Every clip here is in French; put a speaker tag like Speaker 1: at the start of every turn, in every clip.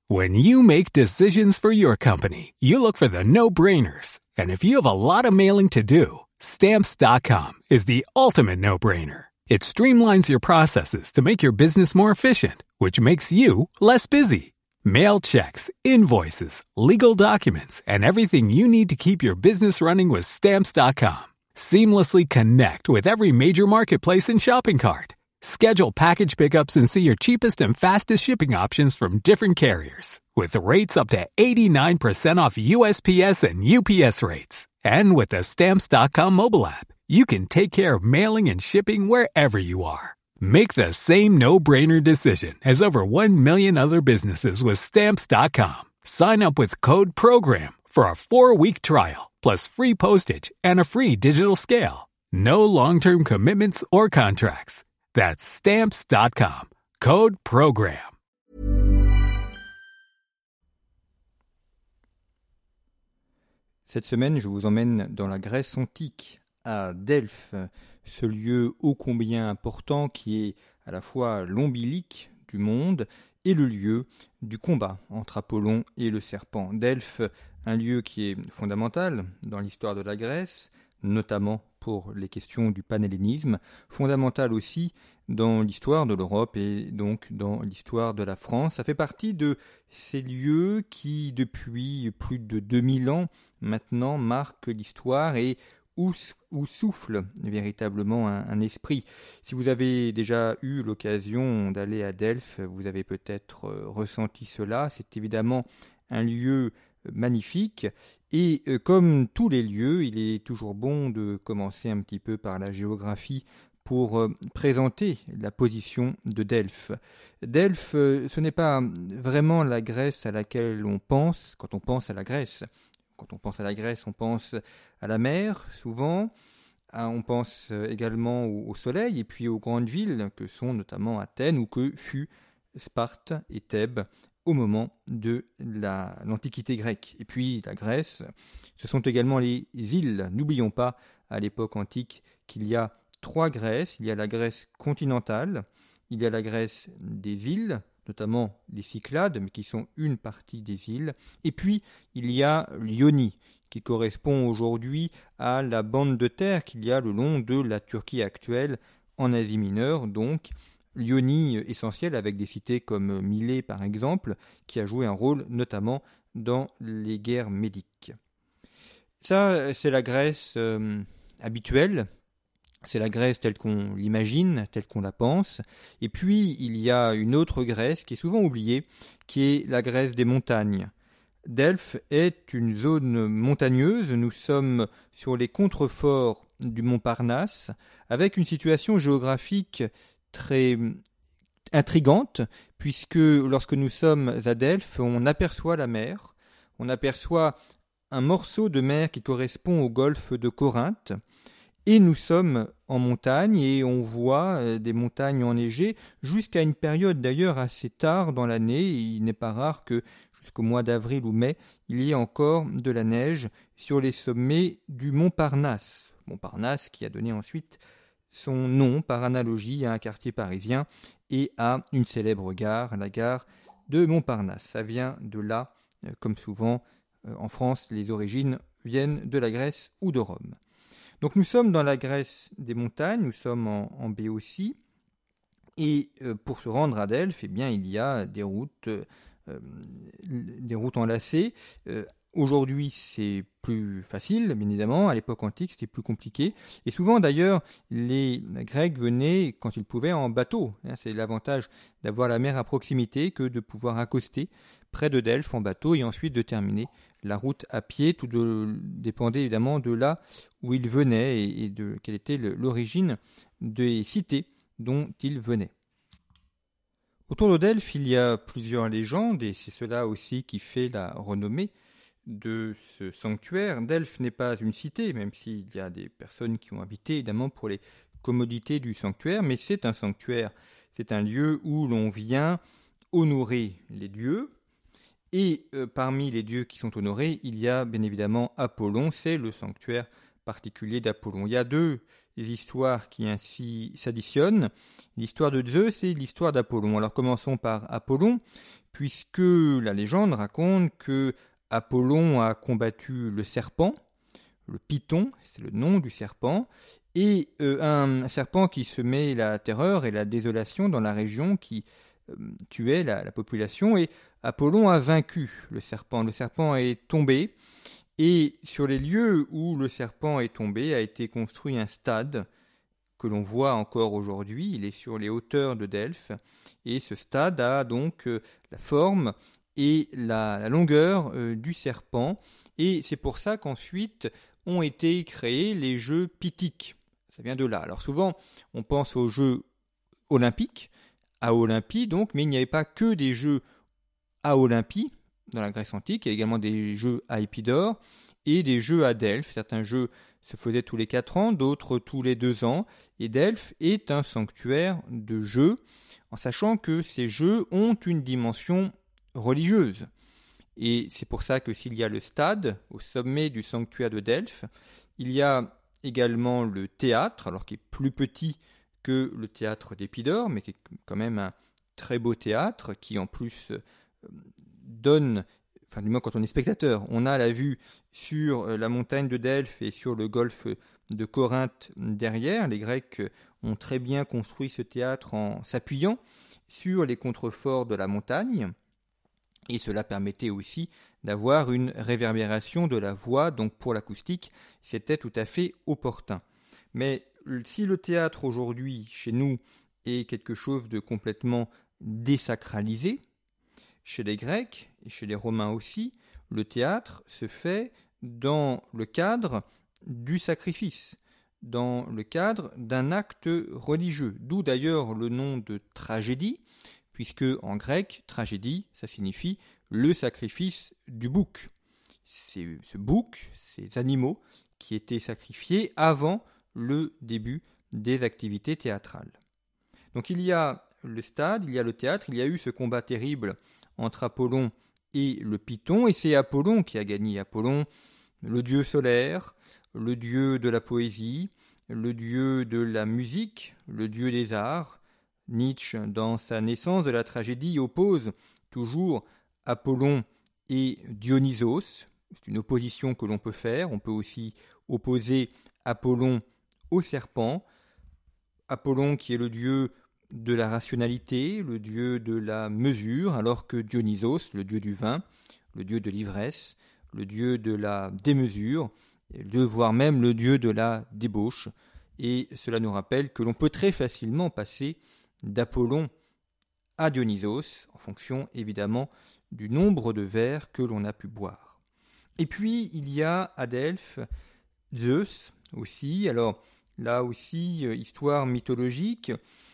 Speaker 1: When you make decisions for your company, you look for the no-brainers. And if you have a lot of mailing to do, Stamps.com is the ultimate no-brainer. It streamlines your processes to make your business more efficient, which makes you less busy. Mail checks, invoices, legal documents, and everything you need to keep your business running with Stamps.com. Seamlessly connect with every major marketplace and shopping cart. Schedule package pickups and see your cheapest and fastest shipping options from different carriers. With rates up to 89% off USPS and UPS rates. And with the Stamps.com mobile app, you can take care of mailing and shipping wherever you are. Make the same no-brainer decision as over 1 million other businesses with Stamps.com. Sign up with code PROGRAM for a 4-week trial, plus free postage and a free digital scale. No long-term commitments or contracts. That's Stamps.com. Code PROGRAM.
Speaker 2: Cette semaine, je vous emmène dans la Grèce antique, à Delphes, ce lieu ô combien important qui est à la fois l'ombilique du monde et le lieu du combat entre Apollon et le serpent. Delphes, un lieu qui est fondamental dans l'histoire de la Grèce, notamment pour les questions du panhellénisme, fondamental aussi dans l'histoire de l'Europe et donc dans l'histoire de la France. Ça fait partie de ces lieux qui, depuis plus de 2000 ans maintenant, marquent l'histoire et où souffle véritablement un esprit. Si vous avez déjà eu l'occasion d'aller à Delphes, vous avez peut-être ressenti cela. C'est évidemment un lieu magnifique et comme tous les lieux, il est toujours bon de commencer un petit peu par la géographie pour présenter la position de Delphes. Delphes, ce n'est pas vraiment la Grèce à laquelle on pense quand on pense à la Grèce. Quand on pense à la Grèce, on pense à la mer, souvent. On pense également au soleil et puis aux grandes villes que sont notamment Athènes ou que fut Sparte et Thèbes au moment de l'Antiquité grecque. Et puis la Grèce, ce sont également les îles. N'oublions pas à l'époque antique qu'il y a 3 Grèces. Il y a la Grèce continentale, il y a la Grèce des îles, notamment les Cyclades, mais qui sont une partie des îles. Et puis, il y a l'Ionie, qui correspond aujourd'hui à la bande de terre qu'il y a le long de la Turquie actuelle, en Asie mineure. Donc, l'Ionie essentielle, avec des cités comme Milet, par exemple, qui a joué un rôle notamment dans les guerres médiques. Ça, c'est la Grèce habituelle. C'est la Grèce telle qu'on l'imagine, telle qu'on la pense. Et puis, il y a une autre Grèce qui est souvent oubliée, qui est la Grèce des montagnes. Delphes est une zone montagneuse. Nous sommes sur les contreforts du mont Parnasse, avec une situation géographique très intrigante, puisque lorsque nous sommes à Delphes, on aperçoit la mer, on aperçoit un morceau de mer qui correspond au golfe de Corinthe, et nous sommes en montagne et on voit des montagnes enneigées jusqu'à une période d'ailleurs assez tard dans l'année. Il n'est pas rare que jusqu'au mois d'avril ou mai, il y ait encore de la neige sur les sommets du mont Parnasse. Montparnasse qui a donné ensuite son nom par analogie à un quartier parisien et à une célèbre gare, la gare de Montparnasse. Ça vient de là, comme souvent en France, les origines viennent de la Grèce ou de Rome. Donc nous sommes dans la Grèce des montagnes, nous sommes en Béotie, et pour se rendre à Delphes, eh bien, il y a des routes enlacées. Aujourd'hui, c'est plus facile, bien évidemment. À l'époque antique, c'était plus compliqué. Et souvent, d'ailleurs, les Grecs venaient, quand ils pouvaient, en bateau. C'est l'avantage d'avoir la mer à proximité que de pouvoir accoster près de Delphes en bateau et ensuite de terminer la route à pied. Tout dépendait évidemment de là où ils venaient et de quelle était l'origine des cités dont ils venaient. Autour de Delphes, il y a plusieurs légendes et c'est cela aussi qui fait la renommée de ce sanctuaire. Delphes n'est pas une cité, même s'il y a des personnes qui ont habité évidemment pour les commodités du sanctuaire, mais c'est un sanctuaire. C'est un lieu où l'on vient honorer les dieux. Et parmi les dieux qui sont honorés, il y a bien évidemment Apollon, c'est le sanctuaire particulier d'Apollon. Il y a 2 histoires qui ainsi s'additionnent. L'histoire de Zeus et l'histoire d'Apollon. Alors commençons par Apollon, puisque la légende raconte que Apollon a combattu le serpent, le python, c'est le nom du serpent, et un serpent qui semait la terreur et la désolation dans la région, qui tuait la population, et Apollon a vaincu le serpent. Le serpent est tombé, et sur les lieux où le serpent est tombé a été construit un stade que l'on voit encore aujourd'hui. Il est sur les hauteurs de Delphes, et ce stade a donc la forme et la longueur du serpent, et c'est pour ça qu'ensuite ont été créés les Jeux pythiques. Ça vient de là. Alors souvent, on pense aux Jeux olympiques, à Olympie donc, mais il n'y avait pas que des Jeux à Olympie dans la Grèce antique, il y a également des Jeux à Épidore et des Jeux à Delphes. Certains jeux se faisaient tous les 4 ans, d'autres tous les 2 ans, et Delphes est un sanctuaire de jeux, en sachant que ces jeux ont une dimension religieuse. Et c'est pour ça que s'il y a le stade au sommet du sanctuaire de Delphes, il y a également le théâtre, alors qui est plus petit que le théâtre d'Épidore, mais qui est quand même un très beau théâtre, qui en plus donne, enfin du moins quand on est spectateur, on a la vue sur la montagne de Delphes et sur le golfe de Corinthe derrière. Les Grecs ont très bien construit ce théâtre en s'appuyant sur les contreforts de la montagne, et cela permettait aussi d'avoir une réverbération de la voix, donc pour l'acoustique, c'était tout à fait opportun. Mais si le théâtre aujourd'hui, chez nous, est quelque chose de complètement désacralisé, chez les Grecs et chez les Romains aussi, le théâtre se fait dans le cadre du sacrifice, dans le cadre d'un acte religieux, d'où d'ailleurs le nom de tragédie, puisque en grec, tragédie, ça signifie le sacrifice du bouc. C'est ce bouc, ces animaux qui étaient sacrifiés avant le début des activités théâtrales. Donc il y a le stade, il y a le théâtre, il y a eu ce combat terrible entre Apollon et le python, et c'est Apollon qui a gagné. Apollon, le dieu solaire, le dieu de la poésie, le dieu de la musique, le dieu des arts. Nietzsche, dans sa naissance de la tragédie, oppose toujours Apollon et Dionysos. C'est une opposition que l'on peut faire. On peut aussi opposer Apollon au serpent. Apollon qui est le dieu de la rationalité, le dieu de la mesure, alors que Dionysos, le dieu du vin, le dieu de l'ivresse, le dieu de la démesure, voire même le dieu de la débauche. Et cela nous rappelle que l'on peut très facilement passer d'Apollon à Dionysos, en fonction évidemment du nombre de verres que l'on a pu boire. Et puis il y a à Delphes Zeus aussi. Alors là aussi, histoire mythologique,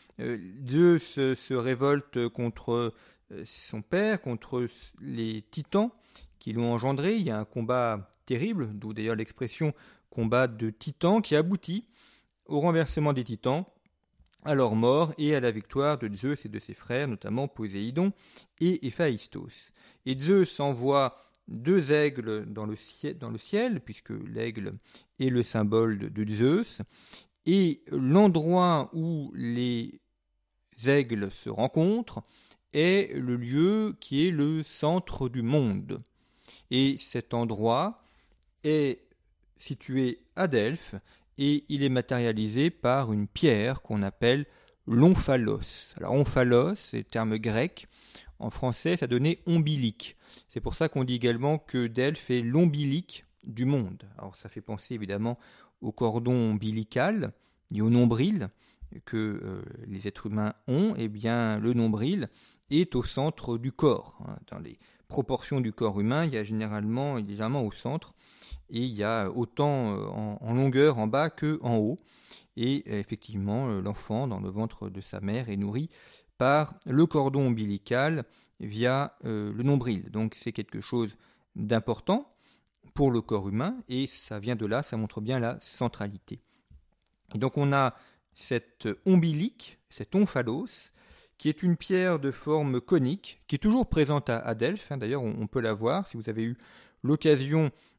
Speaker 2: Zeus se révolte contre son père, contre les titans qui l'ont engendré. Il y a un combat terrible, d'où d'ailleurs l'expression combat de titans, qui aboutit au renversement des titans, à leur mort et à la victoire de Zeus et de ses frères, notamment Poséidon et Héphaïstos. Et Zeus envoie 2 aigles dans le ciel, puisque l'aigle est le symbole de Zeus, et l'endroit où les aigles se rencontrent est le lieu qui est le centre du monde. Et cet endroit est situé à Delphes, et il est matérialisé par une pierre qu'on appelle l'omphalos. Alors omphalos, c'est le terme grec. En français, ça donnait ombilique. C'est pour ça qu'on dit également que Delphes est l'ombilique du monde. Alors ça fait penser évidemment au cordon ombilical et au nombril que les êtres humains ont. Eh bien, le nombril est au centre du corps. Dans les proportions du corps humain, il y a généralement au centre, et il y a autant en longueur en bas que en haut. Et effectivement, l'enfant dans le ventre de sa mère est nourri par le cordon ombilical via le nombril. Donc c'est quelque chose d'important pour le corps humain, et ça vient de là, ça montre bien la centralité. Et donc on a cet ombilique, cet omphalos, qui est une pierre de forme conique, qui est toujours présente à Delphes. D'ailleurs, on peut la voir. Si vous avez eu l'occasion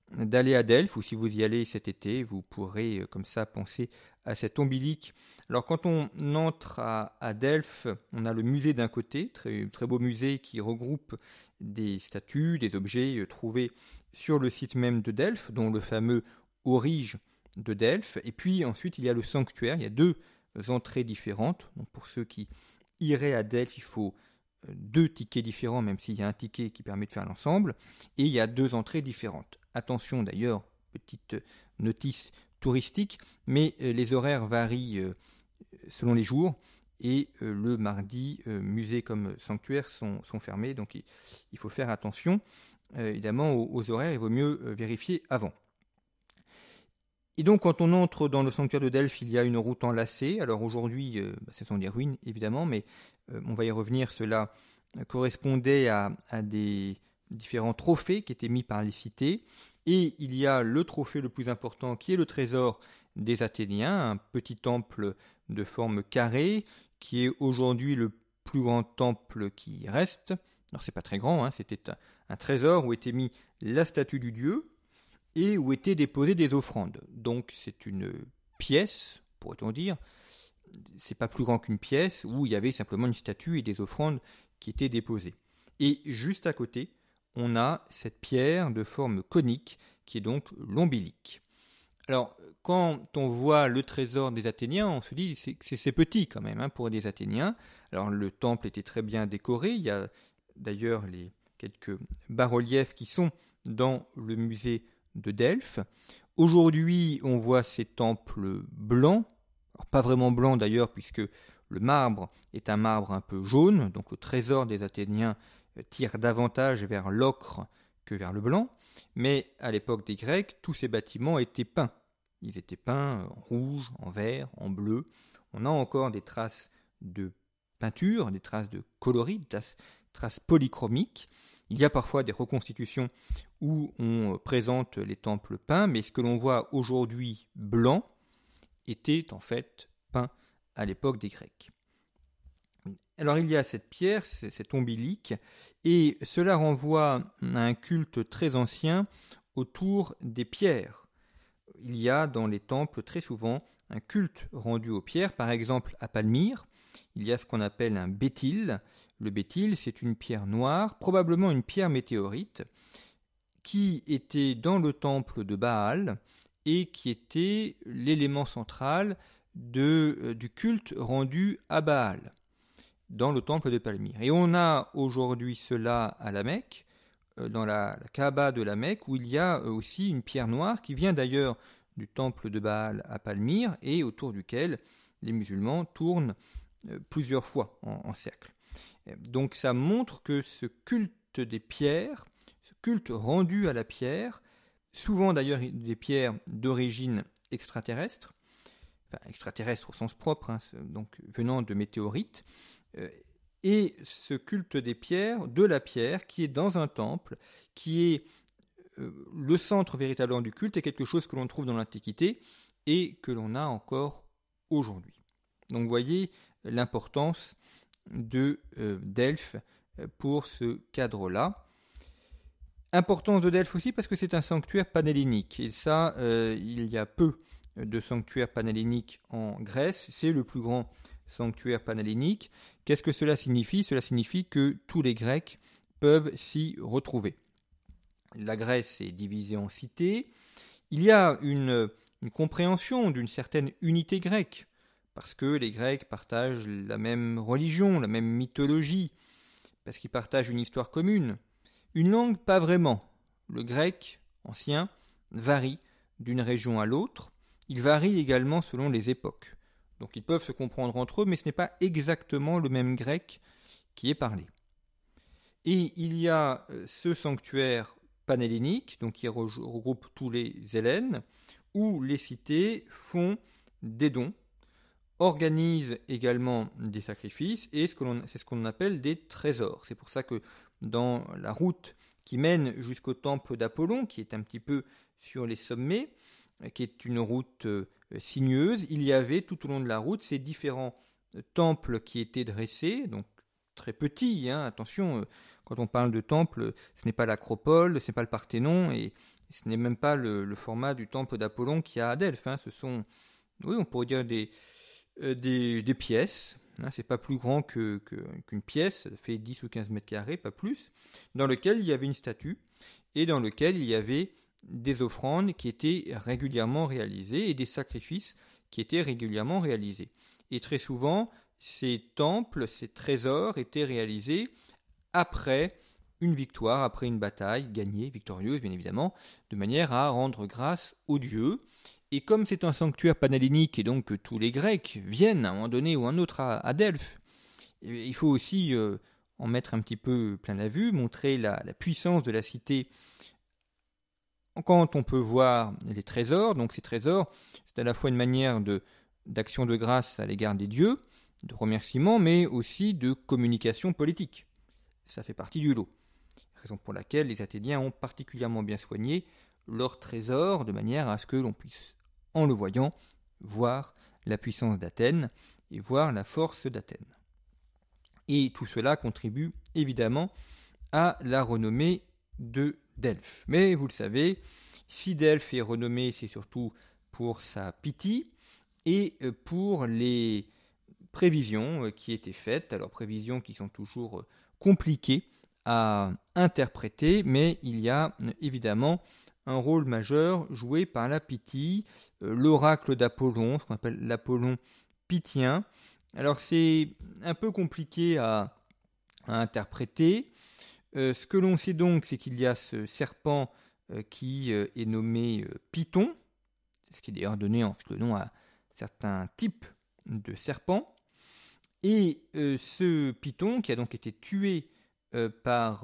Speaker 2: d'aller à Delphes, ou si vous y allez cet été, vous pourrez comme ça penser à cet ombilique. Alors quand on entre à Delphes, on a le musée d'un côté, très, très beau musée qui regroupe des statues, des objets trouvés sur le site même de Delphes, dont le fameux Aurige de Delphes. Et puis ensuite il y a le sanctuaire, il y a deux entrées différentes. Donc pour ceux qui iraient à Delphes, il faut 2 tickets différents, même s'il y a un ticket qui permet de faire l'ensemble, et il y a 2 entrées différentes. Attention d'ailleurs, petite notice touristique, mais les horaires varient selon les jours, et le mardi, musée comme sanctuaire sont fermés, donc il faut faire attention. Évidemment, aux horaires, il vaut mieux vérifier avant. Et donc, quand on entre dans le sanctuaire de Delphes, il y a une route enlacée. Alors aujourd'hui, ce sont des ruines, évidemment, mais on va y revenir. Cela correspondait à des différents trophées qui étaient mis par les cités. Et il y a le trophée le plus important, qui est le trésor des Athéniens, un petit temple de forme carrée, qui est aujourd'hui le plus grand temple qui reste. Alors, c'est pas très grand, hein, c'était un trésor où était mis la statue du dieu, et où étaient déposées des offrandes. Donc c'est une pièce, pourrait-on dire, c'est pas plus grand qu'une pièce, où il y avait simplement une statue et des offrandes qui étaient déposées. Et juste à côté, on a cette pierre de forme conique, qui est donc l'ombilique. Alors, quand on voit le trésor des Athéniens, on se dit que c'est petit quand même hein, pour des Athéniens. Alors le temple était très bien décoré, il y a d'ailleurs les quelques bas-reliefs qui sont dans le musée de Delphes. Aujourd'hui, on voit ces temples blancs, alors pas vraiment blancs d'ailleurs, puisque le marbre est un marbre un peu jaune, donc le trésor des Athéniens tire davantage vers l'ocre que vers le blanc, mais à l'époque des Grecs, tous ces bâtiments étaient peints. Ils étaient peints en rouge, en vert, en bleu. On a encore des traces de peinture, des traces de coloris, des traces polychromiques. Il y a parfois des reconstitutions où on présente les temples peints, mais ce que l'on voit aujourd'hui blanc était en fait peint à l'époque des Grecs. Alors il y a cette pierre, cet ombilique, et cela renvoie à un culte très ancien autour des pierres. Il y a dans les temples très souvent un culte rendu aux pierres, par exemple à Palmyre, il y a ce qu'on appelle un bétyle. Le bétyle, c'est une pierre noire, probablement une pierre météorite, qui était dans le temple de Baal et qui était l'élément central du culte rendu à Baal, dans le temple de Palmyre. Et on a aujourd'hui cela à la Mecque, dans la Kaaba de la Mecque, où il y a aussi une pierre noire qui vient d'ailleurs du temple de Baal à Palmyre et autour duquel les musulmans tournent plusieurs fois en cercle. Donc ça montre que ce culte des pierres, ce culte rendu à la pierre, souvent d'ailleurs des pierres d'origine extraterrestre, enfin extraterrestre au sens propre, hein, donc venant de météorites, et ce culte des pierres, de la pierre, qui est dans un temple, qui est le centre véritablement du culte, est quelque chose que l'on trouve dans l'Antiquité et que l'on a encore aujourd'hui. Donc vous voyez l'importance de Delphes pour ce cadre-là. Importance de Delphes aussi parce que c'est un sanctuaire panhellénique. Et ça, il y a peu de sanctuaires panhelléniques en Grèce. C'est le plus grand sanctuaire panhellénique. Qu'est-ce que cela signifie ? Cela signifie que tous les Grecs peuvent s'y retrouver. La Grèce est divisée en cités. Il y a une compréhension d'une certaine unité grecque, parce que les Grecs partagent la même religion, la même mythologie, parce qu'ils partagent une histoire commune. Une langue, pas vraiment. Le grec ancien varie d'une région à l'autre. Il varie également selon les époques. Donc ils peuvent se comprendre entre eux, mais ce n'est pas exactement le même grec qui est parlé. Et il y a ce sanctuaire panhellénique, donc qui regroupe tous les Hellènes, où les cités font des dons, organisent également des sacrifices, et c'est ce qu'on appelle des trésors. C'est pour ça que dans la route qui mène jusqu'au temple d'Apollon, qui est un petit peu sur les sommets, qui est une route sinueuse, il y avait tout au long de la route ces différents temples qui étaient dressés, donc très petits, hein, attention, quand on parle de temple, ce n'est pas l'acropole, ce n'est pas le Parthénon, et Ce n'est même pas le format du temple d'Apollon qu'il y a à Delphes. Ce sont, oui, on pourrait dire des pièces. C'est pas plus grand qu'une pièce, ça fait 10 ou 15 mètres carrés, pas plus, dans lequel il y avait une statue et dans lequel il y avait des offrandes qui étaient régulièrement réalisées et des sacrifices qui étaient régulièrement réalisés. Et très souvent, ces temples, ces trésors étaient réalisés après une victoire, après une bataille gagnée, victorieuse bien évidemment, de manière à rendre grâce aux dieux. Et comme c'est un sanctuaire panhellénique et donc que tous les Grecs viennent à un moment donné ou un autre à Delphes, il faut aussi en mettre un petit peu plein la vue, montrer la puissance de la cité. Quand on peut voir les trésors, donc ces trésors, c'est à la fois une manière d'action de grâce à l'égard des dieux, de remerciement, mais aussi de communication politique. Ça fait partie du lot. Raison pour laquelle les Athéniens ont particulièrement bien soigné leur trésor, de manière à ce que l'on puisse, en le voyant, voir la puissance d'Athènes et voir la force d'Athènes. Et tout cela contribue évidemment à la renommée de Delphes. Mais vous le savez, si Delphes est renommée, c'est surtout pour sa Pythie et pour les prévisions qui étaient faites. Alors prévisions qui sont toujours compliquées à interpréter, mais il y a évidemment un rôle majeur joué par la Pythie, l'oracle d'Apollon, ce qu'on appelle l'Apollon pythien. Alors c'est un peu compliqué à interpréter. Ce que l'on sait donc, c'est qu'il y a ce serpent qui est nommé Python, ce qui est d'ailleurs donné en fait le nom à certains types de serpents. Et ce Python, qui a donc été tué par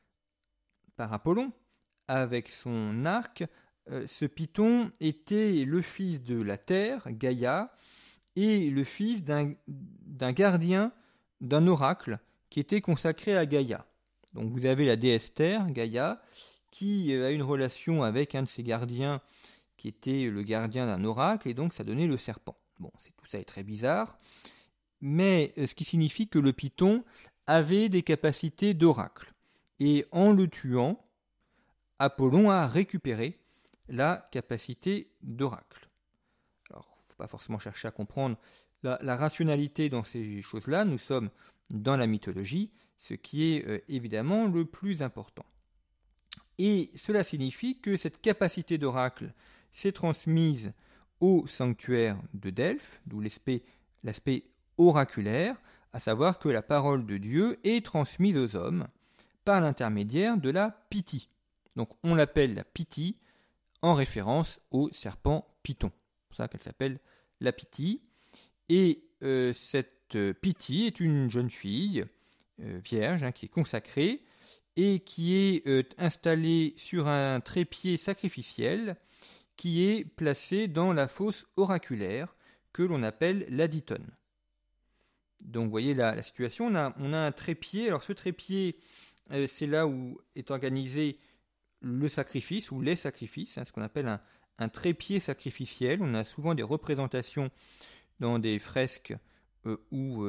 Speaker 2: Apollon, avec son arc, ce Python était le fils de la Terre, Gaïa, et le fils d'un gardien d'un oracle qui était consacré à Gaïa. Donc vous avez la déesse Terre, Gaïa, qui a une relation avec un de ses gardiens qui était le gardien d'un oracle, et donc ça donnait le serpent. Bon, tout ça est très bizarre, mais ce qui signifie que le Python avait des capacités d'oracle. Et en le tuant, Apollon a récupéré la capacité d'oracle. Alors, il ne faut pas forcément chercher à comprendre la rationalité dans ces choses-là. Nous sommes dans la mythologie, ce qui est évidemment le plus important. Et cela signifie que cette capacité d'oracle s'est transmise au sanctuaire de Delphes, d'où l'aspect oraculaire, à savoir que la parole de Dieu est transmise aux hommes par l'intermédiaire de la Pythie. Donc on l'appelle la Pythie en référence au serpent Python. C'est pour ça qu'elle s'appelle la Pythie. Et cette Pythie est une jeune fille vierge qui est consacrée et qui est installée sur un trépied sacrificiel qui est placé dans la fosse oraculaire que l'on appelle l'Adyton. Donc vous voyez la situation, on a un trépied. Alors ce trépied, c'est là où est organisé le sacrifice ou les sacrifices, ce qu'on appelle un trépied sacrificiel. On a souvent des représentations dans des fresques ou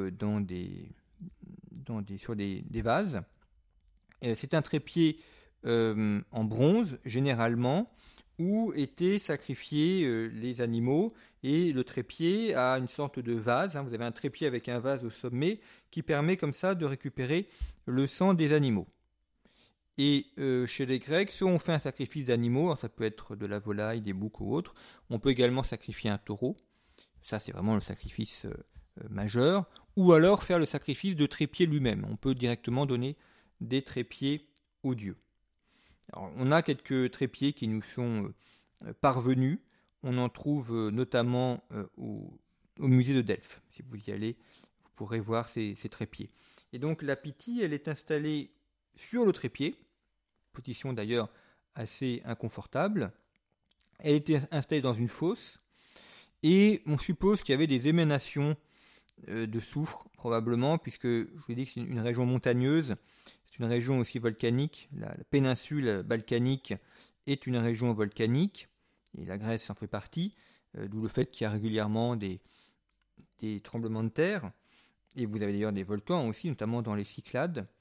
Speaker 2: sur des vases. C'est un trépied en bronze généralement, où étaient sacrifiés les animaux, et le trépied a une sorte de vase. Vous avez un trépied avec un vase au sommet qui permet comme ça de récupérer le sang des animaux. Et chez les Grecs, soit on fait un sacrifice d'animaux, alors ça peut être de la volaille, des boucs ou autre. On peut également sacrifier un taureau, ça c'est vraiment le sacrifice majeur, ou alors faire le sacrifice de trépied lui-même. On peut directement donner des trépieds aux dieux. Alors, on a quelques trépieds qui nous sont parvenus. On en trouve notamment au musée de Delphes. Si vous y allez, vous pourrez voir ces trépieds. Et donc la Pythie, elle est installée sur le trépied, position d'ailleurs assez inconfortable. Elle était installée dans une fosse, et on suppose qu'il y avait des émanations de soufre, probablement, puisque je vous ai dit que c'est une région montagneuse, c'est une région aussi volcanique. La péninsule balkanique est une région volcanique, et la Grèce en fait partie, d'où le fait qu'il y a régulièrement des tremblements de terre, et vous avez d'ailleurs des volcans aussi, notamment dans les Cyclades.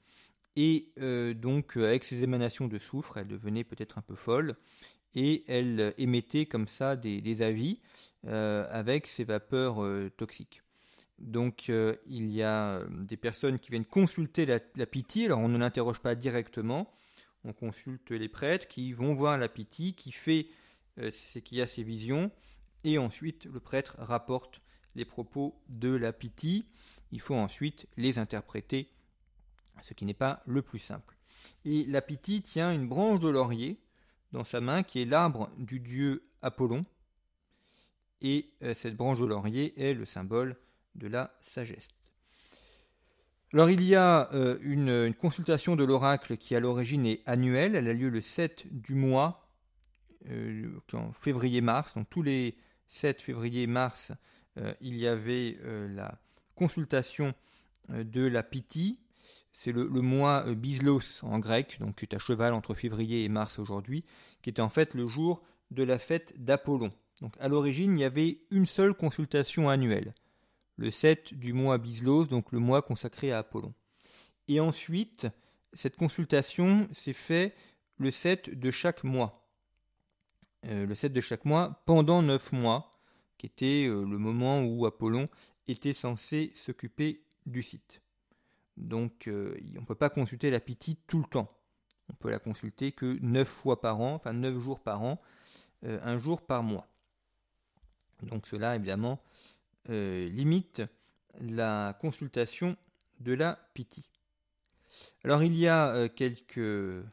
Speaker 2: Et donc, avec ces émanations de soufre, elle devenait peut-être un peu folle, et elle émettait comme ça des avis avec ces vapeurs toxiques. Donc, il y a des personnes qui viennent consulter la Pythie. Alors, on ne l'interroge pas directement, on consulte les prêtres qui vont voir la Pythie, qui a ces visions, et ensuite le prêtre rapporte les propos de la Pythie. Il faut ensuite les interpréter, ce qui n'est pas le plus simple. Et la Pythie tient une branche de laurier dans sa main qui est l'arbre du dieu Apollon, et cette branche de laurier est le symbole de la sagesse. Alors il y a une consultation de l'oracle qui à l'origine est annuelle, elle a lieu le 7 du mois, en février-mars, donc tous les 7 février-mars, il y avait la consultation de la Pythie. C'est le mois Bislos en grec, donc qui est à cheval entre février et mars aujourd'hui, qui était en fait le jour de la fête d'Apollon. Donc à l'origine, il y avait une seule consultation annuelle, le 7 du mois Bislos, donc le mois consacré à Apollon. Et ensuite, cette consultation s'est faite le 7 de chaque mois. Le 7 de chaque mois pendant 9 mois, qui était le moment où Apollon était censé s'occuper du site. Donc on ne peut pas consulter la Pythie tout le temps. On peut la consulter que 9 fois par an, enfin 9 jours par an, un jour par mois. Donc cela évidemment limite la consultation de la Pythie. Alors il y a quelques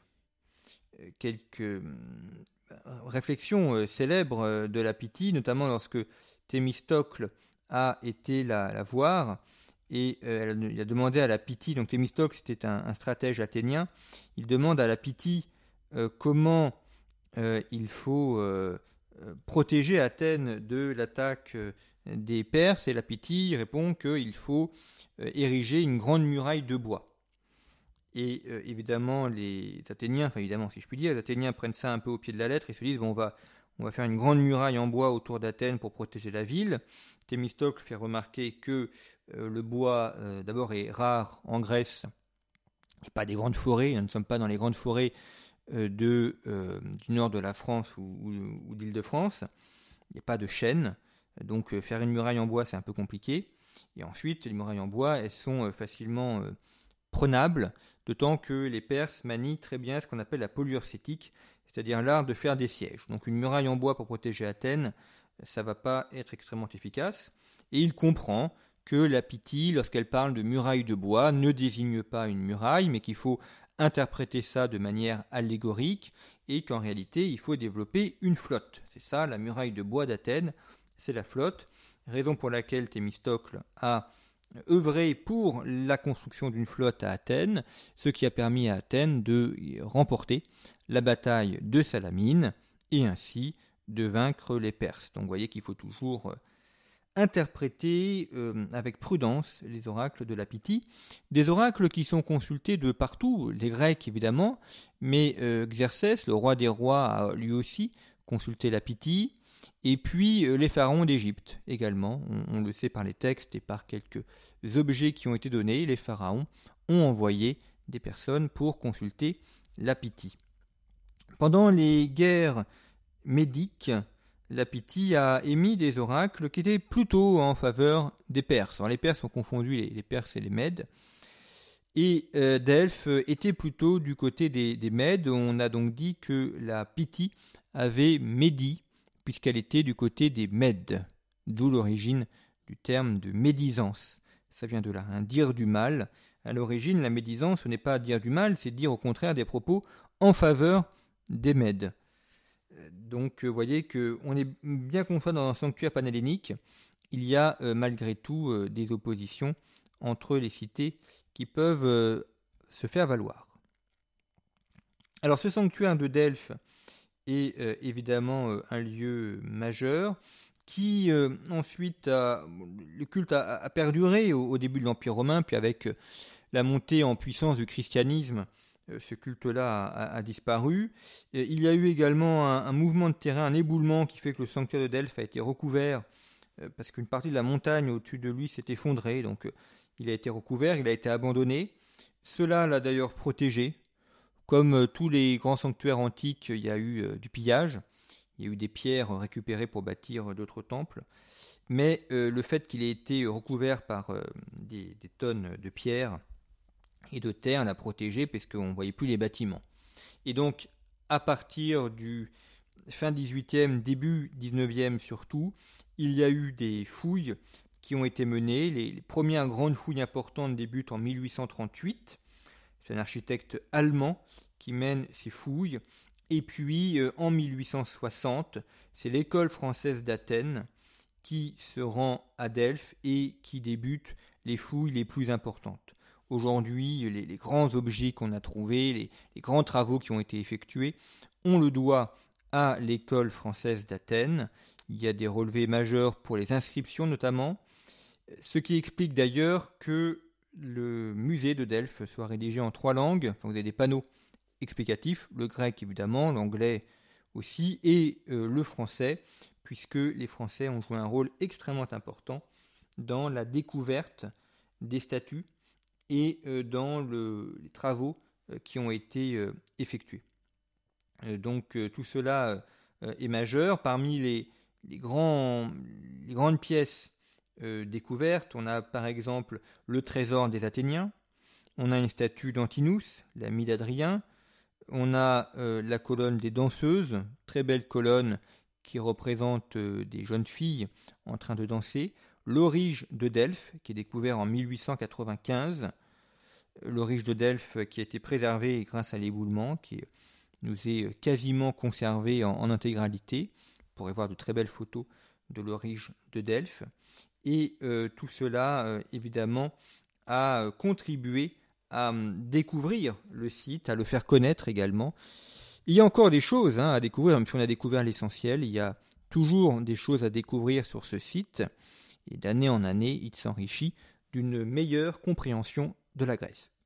Speaker 2: réflexions célèbres de la Pythie, notamment lorsque Thémistocle a été la voir. Et il a demandé à la Pythie, donc Thémistocle c'était un stratège athénien, il demande à la Pythie comment il faut protéger Athènes de l'attaque des Perses, et la Pythie répond qu'il faut ériger une grande muraille de bois. Et évidemment, les Athéniens, enfin évidemment si je puis dire, les Athéniens prennent ça un peu au pied de la lettre et se disent bon, on va faire une grande muraille en bois autour d'Athènes pour protéger la ville. Thémistocle fait remarquer que le bois, d'abord, est rare en Grèce. Il n'y a pas des grandes forêts, nous ne sommes pas dans les grandes forêts du nord de la France ou d'Île-de-France. Il n'y a pas de chênes, donc faire une muraille en bois, c'est un peu compliqué. Et ensuite, les murailles en bois, elles sont facilement prenables, d'autant que les Perses manient très bien ce qu'on appelle la polyurcétique, c'est-à-dire l'art de faire des sièges. Donc une muraille en bois pour protéger Athènes, ça ne va pas être extrêmement efficace. Et il comprend que la Pythie, lorsqu'elle parle de muraille de bois, ne désigne pas une muraille, mais qu'il faut interpréter ça de manière allégorique, et qu'en réalité, il faut développer une flotte. C'est ça, la muraille de bois d'Athènes, c'est la flotte, raison pour laquelle Thémistocle a œuvré pour la construction d'une flotte à Athènes, ce qui a permis à Athènes de remporter la bataille de Salamine, et ainsi de vaincre les Perses. Donc vous voyez qu'il faut toujours interpréter avec prudence les oracles de la Pythie, des oracles qui sont consultés de partout, les Grecs évidemment, mais Xerxès, le roi des rois, a lui aussi consulté la Pythie, et puis les pharaons d'Égypte également, on le sait par les textes et par quelques objets qui ont été donnés, les pharaons ont envoyé des personnes pour consulter la Pythie. Pendant les guerres médiques, la Pythie a émis des oracles qui étaient plutôt en faveur des Perses. Alors les Perses ont confondu les Perses et les Mèdes, et Delphes était plutôt du côté des Mèdes. On a donc dit que la Pythie avait médit, puisqu'elle était du côté des Mèdes, d'où l'origine du terme de médisance. Ça vient de là, dire du mal. À l'origine, la médisance, ce n'est pas dire du mal, c'est dire au contraire des propos en faveur des Mèdes. Donc vous voyez qu'on est bien conscient dans un sanctuaire panhellénique, il y a malgré tout des oppositions entre les cités qui peuvent se faire valoir. Alors ce sanctuaire de Delphes est évidemment un lieu majeur qui ensuite le culte a perduré au début de l'Empire romain, puis avec la montée en puissance du christianisme, ce culte-là a disparu. Il y a eu également un mouvement de terrain, un éboulement qui fait que le sanctuaire de Delphes a été recouvert parce qu'une partie de la montagne au-dessus de lui s'est effondrée, donc il a été recouvert, il a été abandonné. Cela l'a d'ailleurs protégé. Comme tous les grands sanctuaires antiques, il y a eu du pillage. Il y a eu des pierres récupérées pour bâtir d'autres temples. Mais le fait qu'il ait été recouvert par des tonnes de pierres et de terre l'a protégé parce qu'on ne voyait plus les bâtiments. Et donc, à partir du fin 18e, début 19e surtout, il y a eu des fouilles qui ont été menées. Les premières grandes fouilles importantes débutent en 1838. C'est un architecte allemand qui mène ces fouilles. Et puis, en 1860, c'est l'école française d'Athènes qui se rend à Delphes et qui débute les fouilles les plus importantes. Aujourd'hui, les grands objets qu'on a trouvés, les grands travaux qui ont été effectués, on le doit à l'école française d'Athènes. Il y a des relevés majeurs pour les inscriptions notamment, ce qui explique d'ailleurs que le musée de Delphes soit rédigé en 3 langues. Enfin, vous avez des panneaux explicatifs, le grec évidemment, l'anglais aussi, et le français, puisque les Français ont joué un rôle extrêmement important dans la découverte des statues et dans les travaux qui ont été effectués. Donc tout cela est majeur. Parmi les grandes pièces découvertes, on a par exemple le trésor des Athéniens, on a une statue d'Antinous, l'ami d'Adrien, on a la colonne des danseuses, très belle colonne qui représente des jeunes filles en train de danser, l'Aurige de Delphes qui est découvert en 1895, l'Aurige de Delphes qui a été préservé grâce à l'éboulement, qui nous est quasiment conservé en intégralité. Vous pourrez voir de très belles photos de l'Aurige de Delphes. Et tout cela, évidemment, a contribué à découvrir le site, à le faire connaître également. Il y a encore des choses à découvrir, même si on a découvert l'essentiel, il y a toujours des choses à découvrir sur ce site. Et d'année en année, il s'enrichit d'une meilleure compréhension de la Grèce.